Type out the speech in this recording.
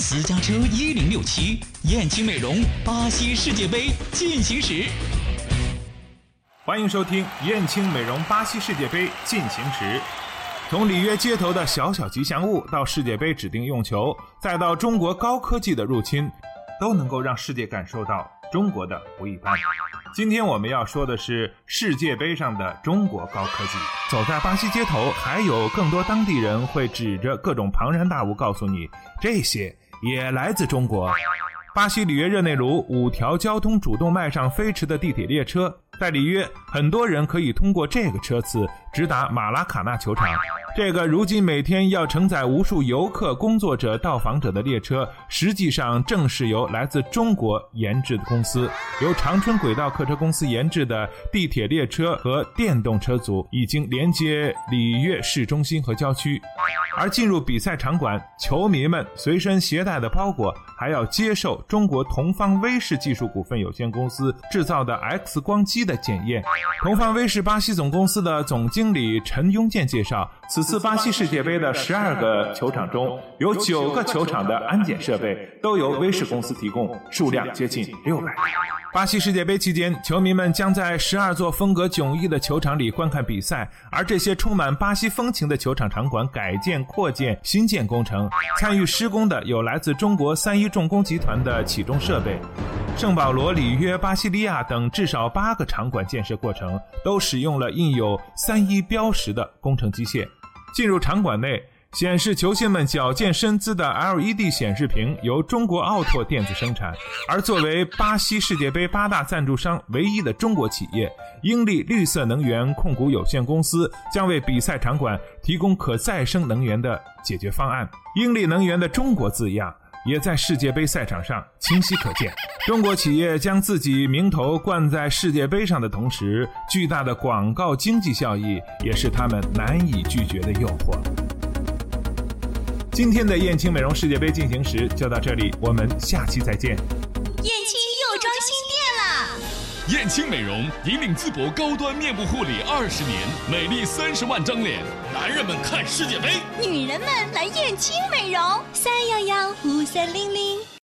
私家车1067，燕青美容巴西世界杯进行时。 欢迎收听燕青美容巴西世界杯进行时。从里约街头的小小吉祥物到世界杯指定用球，再到中国高科技的入侵，都能够让世界感受到中国的不一般。今天我们要说的是世界杯上的中国高科技。走在巴西街头，还有更多当地人会指着各种庞然大物告诉你，这些也来自中国。巴西里约热内卢5条交通主动脉上飞驰的地铁列车，在里约很多人可以通过这个车次直达马拉卡纳球场。这个如今每天要承载无数游客、工作者、到访者的列车，实际上正是由来自中国研制的公司，由长春轨道客车公司研制的地铁列车和电动车组，已经连接里约市中心和郊区。而进入比赛场馆，球迷们随身携带的包裹还要接受中国同方威视技术股份有限公司制造的 X 光机的检验。同方威视巴西总公司的总经理陈庸健介绍，此次巴西世界杯的12个球场中，有9个球场的安检设备都由威视公司提供，数量接近600。巴西世界杯期间，球迷们将在12座风格迥异的球场里观看比赛，而这些充满巴西风情的球场场馆改建、扩建、新建工程，参与施工的有来自中国3一重工集团的启动设备。圣保罗、里约、巴西利亚等至少8个场馆建设过程都使用了印有3一标识的工程机械。进入场馆内，显示球星们矫健身姿的 LED 显示屏由中国奥拓电子生产，而作为巴西世界杯8大赞助商唯一的中国企业英利绿色能源控股有限公司将为比赛场馆提供可再生能源的解决方案。英利能源的中国字样也在世界杯赛场上清晰可见。中国企业将自己名头冠在世界杯上的同时，巨大的广告经济效益也是他们难以拒绝的诱惑。今天的燕青美容世界杯进行时就到这里，我们下期再见。 燕青又装新店了。 燕青美容引领淄博高端面部护理20年，美丽30万张脸。男人们看世界杯， 女人们来燕青美容，3115300。